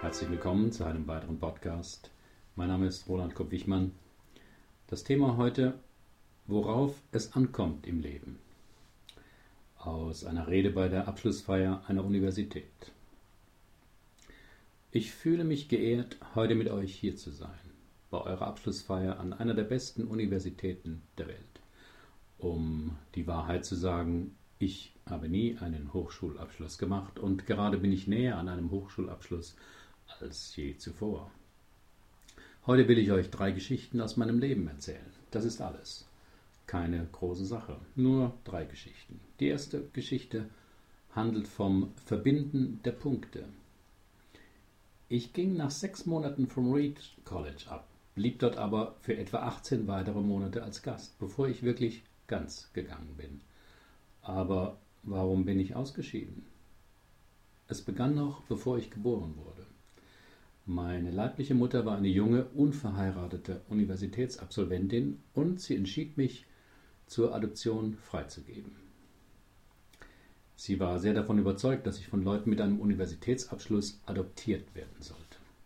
Herzlich willkommen zu einem weiteren Podcast. Mein Name ist Roland Kopp-Wichmann. Das Thema heute: Worauf es ankommt im Leben. Aus einer Rede bei der Abschlussfeier einer Universität. Ich fühle mich geehrt, heute mit euch hier zu sein, bei eurer Abschlussfeier an einer der besten Universitäten der Welt. Um die Wahrheit zu sagen, ich habe nie einen Hochschulabschluss gemacht und gerade bin ich näher an einem Hochschulabschluss als je zuvor. Heute will ich euch 3 Geschichten aus meinem Leben erzählen. Das ist alles. Keine große Sache, nur 3 Geschichten. Die erste Geschichte handelt vom Verbinden der Punkte. Ich ging nach 6 Monaten vom Reed College ab, blieb dort aber für etwa 18 weitere Monate als Gast, bevor ich wirklich ganz gegangen bin. Aber warum bin ich ausgeschieden? Es begann noch, bevor ich geboren wurde. Meine leibliche Mutter war eine junge, unverheiratete Universitätsabsolventin und sie entschied mich, zur Adoption freizugeben. Sie war sehr davon überzeugt, dass ich von Leuten mit einem Universitätsabschluss adoptiert werden sollte.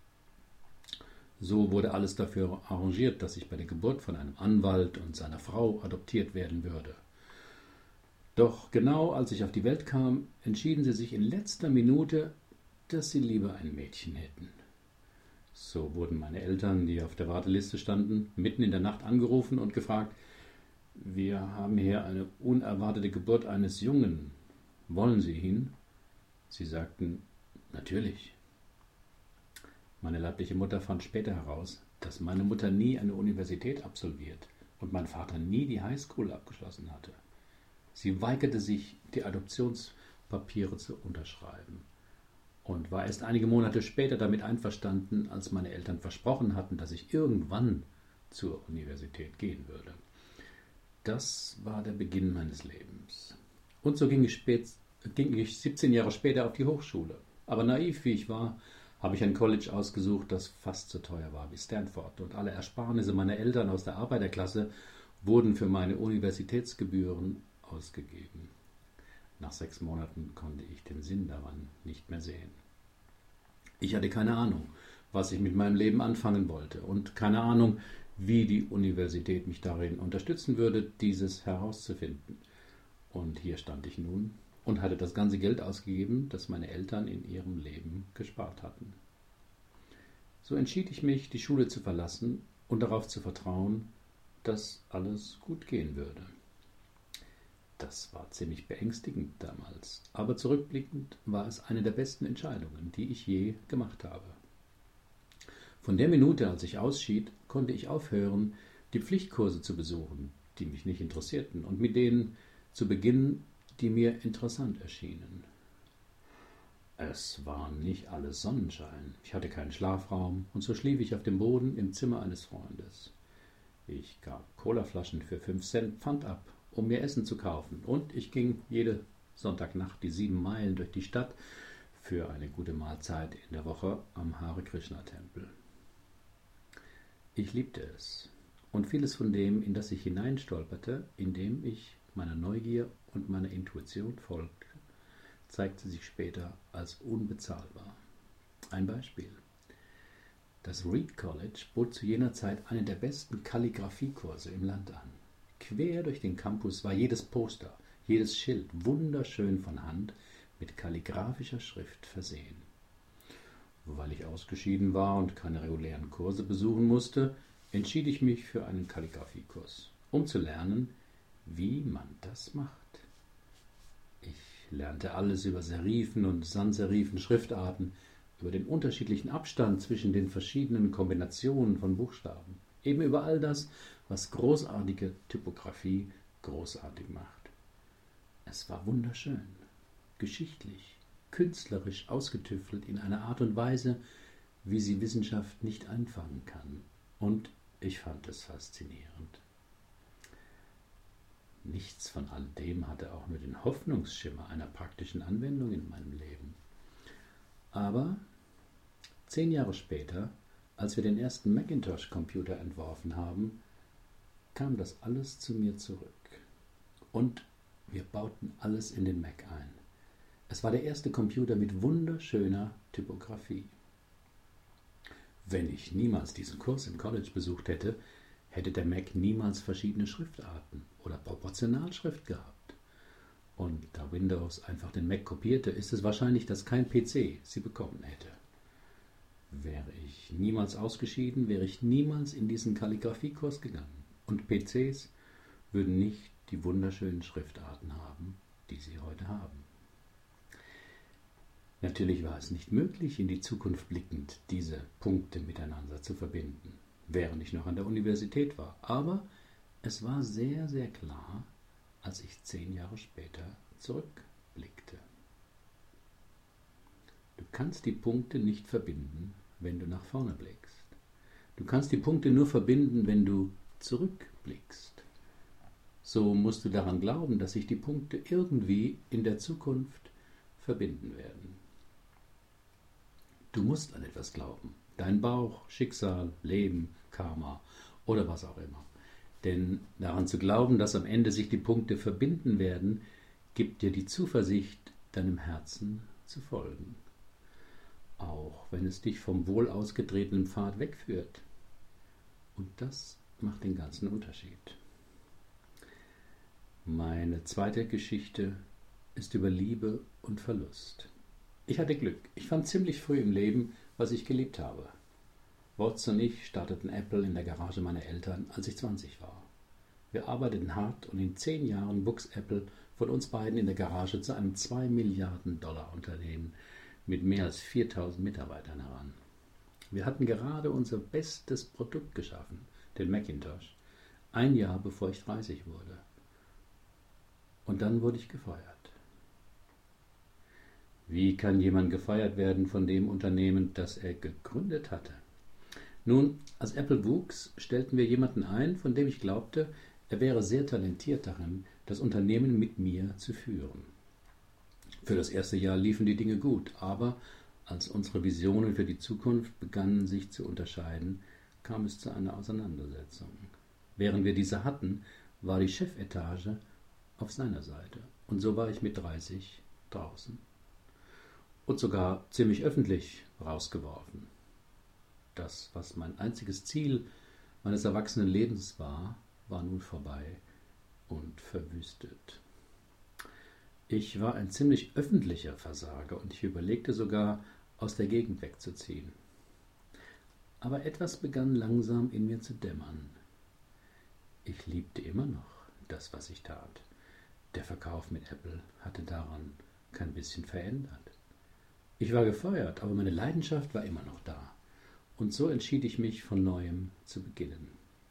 So wurde alles dafür arrangiert, dass ich bei der Geburt von einem Anwalt und seiner Frau adoptiert werden würde. Doch genau als ich auf die Welt kam, entschieden sie sich in letzter Minute, dass sie lieber ein Mädchen hätten. So wurden meine Eltern, die auf der Warteliste standen, mitten in der Nacht angerufen und gefragt: Wir haben hier eine unerwartete Geburt eines Jungen. Wollen Sie ihn? Sie sagten: Natürlich. Meine leibliche Mutter fand später heraus, dass meine Mutter nie eine Universität absolviert und mein Vater nie die Highschool abgeschlossen hatte. Sie weigerte sich, die Adoptionspapiere zu unterschreiben und war erst einige Monate später damit einverstanden, als meine Eltern versprochen hatten, dass ich irgendwann zur Universität gehen würde. Das war der Beginn meines Lebens. Und so ging ich 17 Jahre später auf die Hochschule. Aber naiv wie ich war, habe ich ein College ausgesucht, das fast so teuer war wie Stanford. Und alle Ersparnisse meiner Eltern aus der Arbeiterklasse wurden für meine Universitätsgebühren ausgegeben. Nach 6 Monaten konnte ich den Sinn daran nicht mehr sehen. Ich hatte keine Ahnung, was ich mit meinem Leben anfangen wollte und keine Ahnung, wie die Universität mich darin unterstützen würde, dieses herauszufinden. Und hier stand ich nun und hatte das ganze Geld ausgegeben, das meine Eltern in ihrem Leben gespart hatten. So entschied ich mich, die Schule zu verlassen und darauf zu vertrauen, dass alles gut gehen würde. Das war ziemlich beängstigend damals, aber zurückblickend war es eine der besten Entscheidungen, die ich je gemacht habe. Von der Minute, als ich ausschied, konnte ich aufhören, die Pflichtkurse zu besuchen, die mich nicht interessierten, und mit denen zu beginnen, die mir interessant erschienen. Es war nicht alles Sonnenschein. Ich hatte keinen Schlafraum und so schlief ich auf dem Boden im Zimmer eines Freundes. Ich gab Colaflaschen für 5 Cent Pfand ab, um mir Essen zu kaufen, und ich ging jede Sonntagnacht die 7 Meilen durch die Stadt für eine gute Mahlzeit in der Woche am Hare Krishna Tempel. Ich liebte es und vieles von dem, in das ich hineinstolperte, indem ich meiner Neugier und meiner Intuition folgte, zeigte sich später als unbezahlbar. Ein Beispiel: Das Reed College bot zu jener Zeit einen der besten Kalligraphiekurse im Land an. Quer durch den Campus war jedes Poster, jedes Schild wunderschön von Hand mit kalligraphischer Schrift versehen. Weil ich ausgeschieden war und keine regulären Kurse besuchen musste, entschied ich mich für einen Kalligraphiekurs, um zu lernen, wie man das macht. Ich lernte alles über Serifen und Sansserifen Schriftarten, über den unterschiedlichen Abstand zwischen den verschiedenen Kombinationen von Buchstaben, eben über all das, was großartige Typografie großartig macht. Es war wunderschön, geschichtlich, künstlerisch ausgetüftelt in einer Art und Weise, wie sie Wissenschaft nicht einfangen kann. Und ich fand es faszinierend. Nichts von all dem hatte auch nur den Hoffnungsschimmer einer praktischen Anwendung in meinem Leben. Aber 10 Jahre später, als wir den ersten Macintosh-Computer entworfen haben, kam das alles zu mir zurück. Und wir bauten alles in den Mac ein. Es war der erste Computer mit wunderschöner Typografie. Wenn ich niemals diesen Kurs im College besucht hätte, hätte der Mac niemals verschiedene Schriftarten oder Proportionalschrift gehabt. Und da Windows einfach den Mac kopierte, ist es wahrscheinlich, dass kein PC sie bekommen hätte. Wäre ich niemals ausgeschieden, wäre ich niemals in diesen Kalligrafiekurs gegangen. Und PCs würden nicht die wunderschönen Schriftarten haben, die sie heute haben. Natürlich war es nicht möglich, in die Zukunft blickend diese Punkte miteinander zu verbinden, während ich noch an der Universität war. Aber es war sehr, sehr klar, als ich 10 Jahre später zurückblickte. Du kannst die Punkte nicht verbinden, wenn du nach vorne blickst. Du kannst die Punkte nur verbinden, wenn du zurückblickst. So musst du daran glauben, dass sich die Punkte irgendwie in der Zukunft verbinden werden. Du musst an etwas glauben. Dein Bauch, Schicksal, Leben, Karma oder was auch immer. Denn daran zu glauben, dass am Ende sich die Punkte verbinden werden, gibt dir die Zuversicht, deinem Herzen zu folgen. Auch wenn es dich vom wohl ausgetretenen Pfad wegführt. Und das macht den ganzen Unterschied. Meine zweite Geschichte ist über Liebe und Verlust. Ich hatte Glück. Ich fand ziemlich früh im Leben, was ich geliebt habe. Watts und ich starteten Apple in der Garage meiner Eltern, als ich 20 war. Wir arbeiteten hart und in 10 Jahren wuchs Apple von uns beiden in der Garage zu einem 2 Milliarden Dollar Unternehmen mit mehr als 4000 Mitarbeitern heran. Wir hatten gerade unser bestes Produkt geschaffen, den Macintosh, 1 Jahr bevor ich 30 wurde. Und dann wurde ich gefeuert. Wie kann jemand gefeuert werden von dem Unternehmen, das er gegründet hatte? Nun, als Apple wuchs, stellten wir jemanden ein, von dem ich glaubte, er wäre sehr talentiert darin, das Unternehmen mit mir zu führen. Für das erste Jahr liefen die Dinge gut, aber als unsere Visionen für die Zukunft begannen sich zu unterscheiden, kam es zu einer Auseinandersetzung. Während wir diese hatten, war die Chefetage auf seiner Seite. Und so war ich mit 30 draußen. Und sogar ziemlich öffentlich rausgeworfen. Das, was mein einziges Ziel meines erwachsenen Lebens war, war nun vorbei und verwüstet. Ich war ein ziemlich öffentlicher Versager und ich überlegte sogar, aus der Gegend wegzuziehen. Aber etwas begann langsam in mir zu dämmern. Ich liebte immer noch das, was ich tat. Der Verkauf mit Apple hatte daran kein bisschen verändert. Ich war gefeuert, aber meine Leidenschaft war immer noch da. Und so entschied ich mich, von Neuem zu beginnen.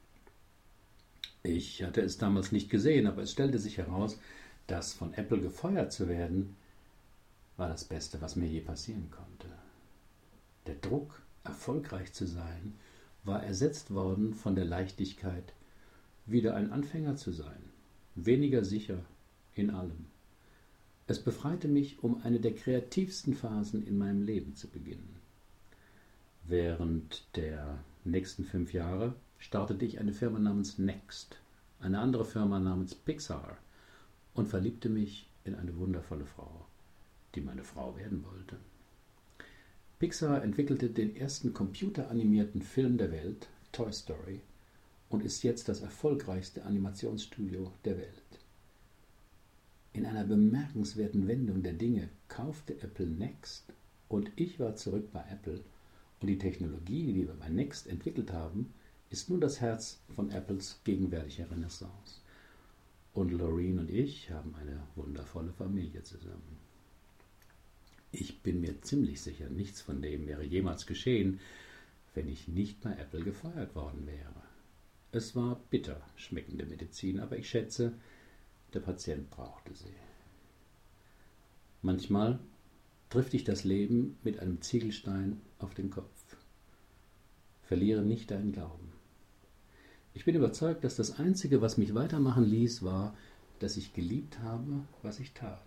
Ich hatte es damals nicht gesehen, aber es stellte sich heraus, dass von Apple gefeuert zu werden, war das Beste, was mir je passieren konnte. Der Druck, erfolgreich zu sein, war ersetzt worden von der Leichtigkeit, wieder ein Anfänger zu sein, weniger sicher in allem. Es befreite mich, um eine der kreativsten Phasen in meinem Leben zu beginnen. Während der nächsten 5 Jahre startete ich eine Firma namens Next, eine andere Firma namens Pixar und verliebte mich in eine wundervolle Frau, die meine Frau werden wollte. Pixar entwickelte den ersten computeranimierten Film der Welt, Toy Story, und ist jetzt das erfolgreichste Animationsstudio der Welt. In einer bemerkenswerten Wendung der Dinge kaufte Apple Next und ich war zurück bei Apple und die Technologie, die wir bei Next entwickelt haben, ist nun das Herz von Apples gegenwärtiger Renaissance. Und Loreen und ich haben eine wundervolle Familie zusammen. Ich bin mir ziemlich sicher, nichts von dem wäre jemals geschehen, wenn ich nicht bei Apple gefeuert worden wäre. Es war bitter schmeckende Medizin, aber ich schätze, der Patient brauchte sie. Manchmal trifft dich das Leben mit einem Ziegelstein auf den Kopf. Verliere nicht deinen Glauben. Ich bin überzeugt, dass das Einzige, was mich weitermachen ließ, war, dass ich geliebt habe, was ich tat.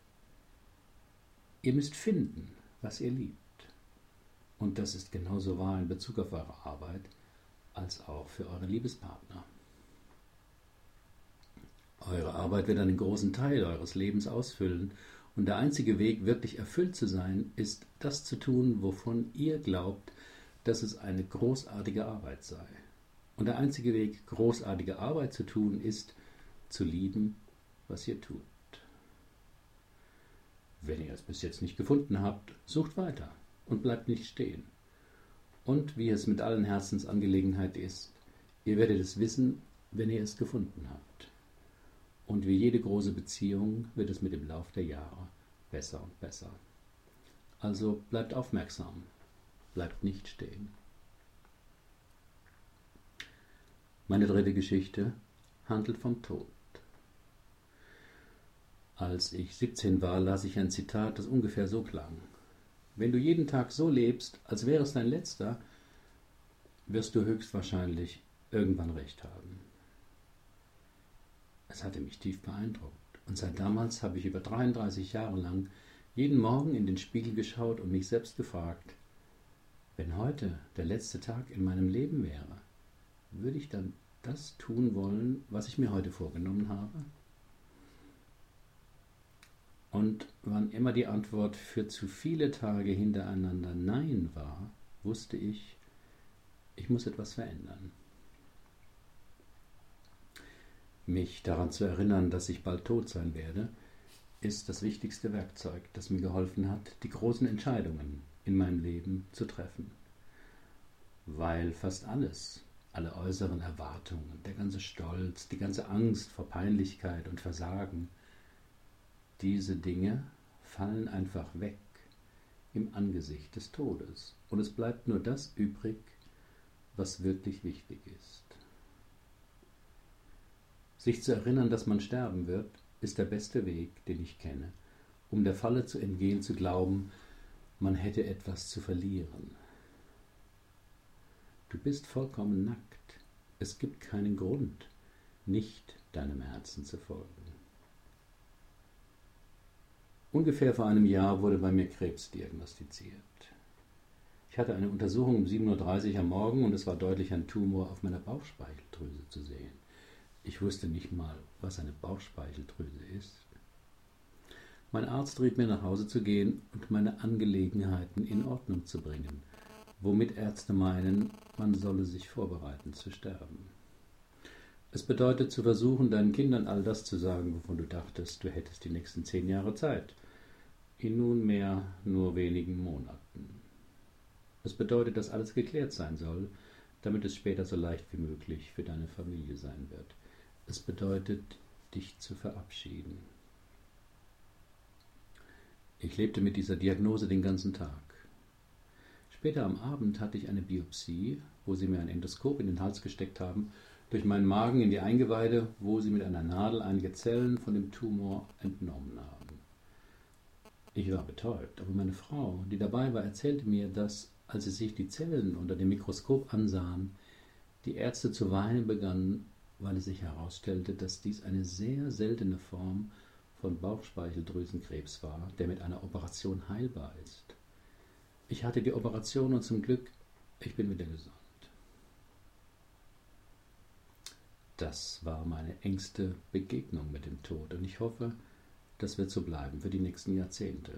Ihr müsst finden, was ihr liebt. Und das ist genauso wahr in Bezug auf eure Arbeit, als auch für eure Liebespartner. Eure Arbeit wird einen großen Teil eures Lebens ausfüllen und der einzige Weg, wirklich erfüllt zu sein, ist, das zu tun, wovon ihr glaubt, dass es eine großartige Arbeit sei. Und der einzige Weg, großartige Arbeit zu tun, ist, zu lieben, was ihr tut. Wenn ihr es bis jetzt nicht gefunden habt, sucht weiter und bleibt nicht stehen. Und wie es mit allen Herzensangelegenheiten ist, ihr werdet es wissen, wenn ihr es gefunden habt. Und wie jede große Beziehung wird es mit dem Lauf der Jahre besser und besser. Also bleibt aufmerksam, bleibt nicht stehen. Meine dritte Geschichte handelt vom Tod. Als ich 17 war, las ich ein Zitat, das ungefähr so klang: Wenn du jeden Tag so lebst, als wäre es dein letzter, wirst du höchstwahrscheinlich irgendwann recht haben. Es hatte mich tief beeindruckt und seit damals habe ich über 33 Jahre lang jeden Morgen in den Spiegel geschaut und mich selbst gefragt, wenn heute der letzte Tag in meinem Leben wäre, würde ich dann das tun wollen, was ich mir heute vorgenommen habe? Und wann immer die Antwort für zu viele Tage hintereinander Nein war, wusste ich, ich muss etwas verändern. Mich daran zu erinnern, dass ich bald tot sein werde, ist das wichtigste Werkzeug, das mir geholfen hat, die großen Entscheidungen in meinem Leben zu treffen. Weil fast alles, alle äußeren Erwartungen, der ganze Stolz, die ganze Angst vor Peinlichkeit und Versagen, diese Dinge fallen einfach weg im Angesicht des Todes. Und es bleibt nur das übrig, was wirklich wichtig ist. Sich zu erinnern, dass man sterben wird, ist der beste Weg, den ich kenne, um der Falle zu entgehen, zu glauben, man hätte etwas zu verlieren. Du bist vollkommen nackt. Es gibt keinen Grund, nicht deinem Herzen zu folgen. Ungefähr vor einem Jahr wurde bei mir Krebs diagnostiziert. Ich hatte eine Untersuchung um 7:30 Uhr am Morgen und es war deutlich ein Tumor auf meiner Bauchspeicheldrüse zu sehen. Ich wusste nicht mal, was eine Bauchspeicheldrüse ist. Mein Arzt riet mir, nach Hause zu gehen und meine Angelegenheiten in Ordnung zu bringen, womit Ärzte meinen, man solle sich vorbereiten zu sterben. Es bedeutet zu versuchen, deinen Kindern all das zu sagen, wovon du dachtest, du hättest die nächsten 10 Jahre Zeit, in nunmehr nur wenigen Monaten. Es bedeutet, dass alles geklärt sein soll, damit es später so leicht wie möglich für deine Familie sein wird. Es bedeutet, dich zu verabschieden. Ich lebte mit dieser Diagnose den ganzen Tag. Später am Abend hatte ich eine Biopsie, wo sie mir ein Endoskop in den Hals gesteckt haben, durch meinen Magen in die Eingeweide, wo sie mit einer Nadel einige Zellen von dem Tumor entnommen haben. Ich war betäubt, aber meine Frau, die dabei war, erzählte mir, dass, als sie sich die Zellen unter dem Mikroskop ansahen, die Ärzte zu weinen begannen, weil es sich herausstellte, dass dies eine sehr seltene Form von Bauchspeicheldrüsenkrebs war, der mit einer Operation heilbar ist. Ich hatte die Operation und zum Glück, ich bin wieder gesund. Das war meine engste Begegnung mit dem Tod und ich hoffe, das wird so bleiben für die nächsten Jahrzehnte.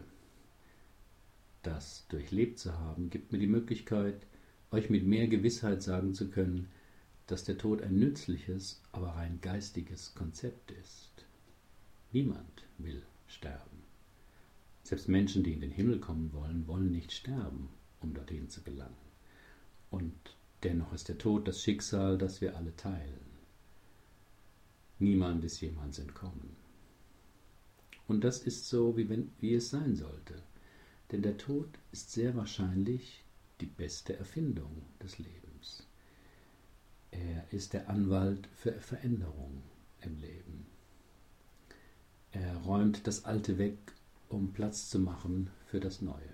Das durchlebt zu haben, gibt mir die Möglichkeit, euch mit mehr Gewissheit sagen zu können, dass der Tod ein nützliches, aber rein geistiges Konzept ist. Niemand will sterben. Selbst Menschen, die in den Himmel kommen wollen, wollen nicht sterben, um dorthin zu gelangen. Und dennoch ist der Tod das Schicksal, das wir alle teilen. Niemand ist jemals entkommen. Und das ist so, wie es sein sollte. Denn der Tod ist sehr wahrscheinlich die beste Erfindung des Lebens. Er ist der Anwalt für Veränderung im Leben. Er räumt das Alte weg, um Platz zu machen für das Neue.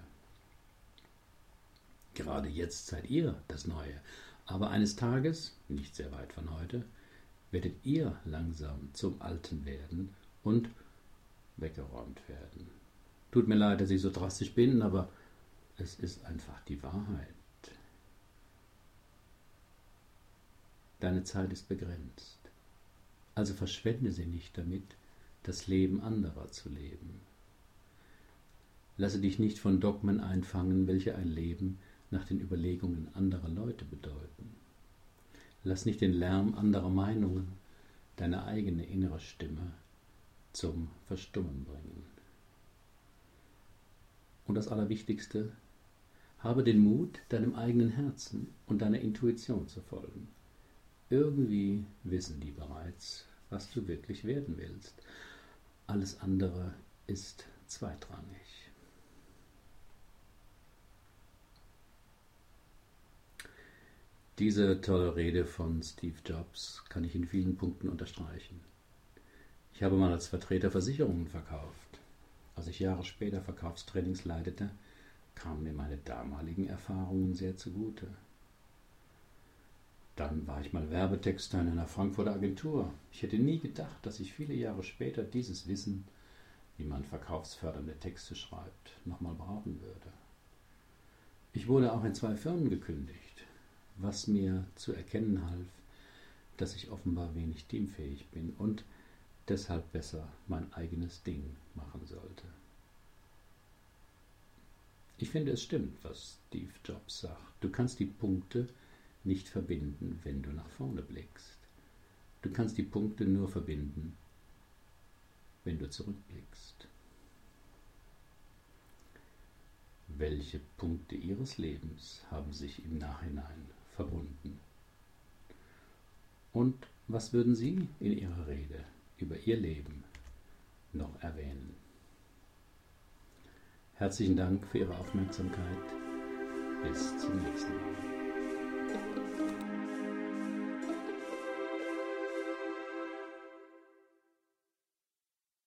Gerade jetzt seid ihr das Neue, aber eines Tages, nicht sehr weit von heute, werdet ihr langsam zum Alten werden und weggeräumt werden. Tut mir leid, dass ich so drastisch bin, aber es ist einfach die Wahrheit. Deine Zeit ist begrenzt, also verschwende sie nicht damit, das Leben anderer zu leben. Lasse dich nicht von Dogmen einfangen, welche ein Leben nach den Überlegungen anderer Leute bedeuten. Lass nicht den Lärm anderer Meinungen deine eigene innere Stimme zum Verstummen bringen. Und das Allerwichtigste, habe den Mut, deinem eigenen Herzen und deiner Intuition zu folgen. Irgendwie wissen die bereits, was du wirklich werden willst. Alles andere ist zweitrangig. Diese tolle Rede von Steve Jobs kann ich in vielen Punkten unterstreichen. Ich habe mal als Vertreter Versicherungen verkauft. Als ich Jahre später Verkaufstrainings leitete, kamen mir meine damaligen Erfahrungen sehr zugute. Dann war ich mal Werbetexter in einer Frankfurter Agentur. Ich hätte nie gedacht, dass ich viele Jahre später dieses Wissen, wie man verkaufsfördernde Texte schreibt, nochmal brauchen würde. Ich wurde auch in 2 Firmen gekündigt, was mir zu erkennen half, dass ich offenbar wenig teamfähig bin und deshalb besser mein eigenes Ding machen sollte. Ich finde, es stimmt, was Steve Jobs sagt. Du kannst die Punkte nicht verbinden, wenn du nach vorne blickst. Du kannst die Punkte nur verbinden, wenn du zurückblickst. Welche Punkte ihres Lebens haben sich im Nachhinein verbunden? Und was würden Sie in Ihrer Rede über Ihr Leben noch erwähnen? Herzlichen Dank für Ihre Aufmerksamkeit. Bis zum nächsten Mal.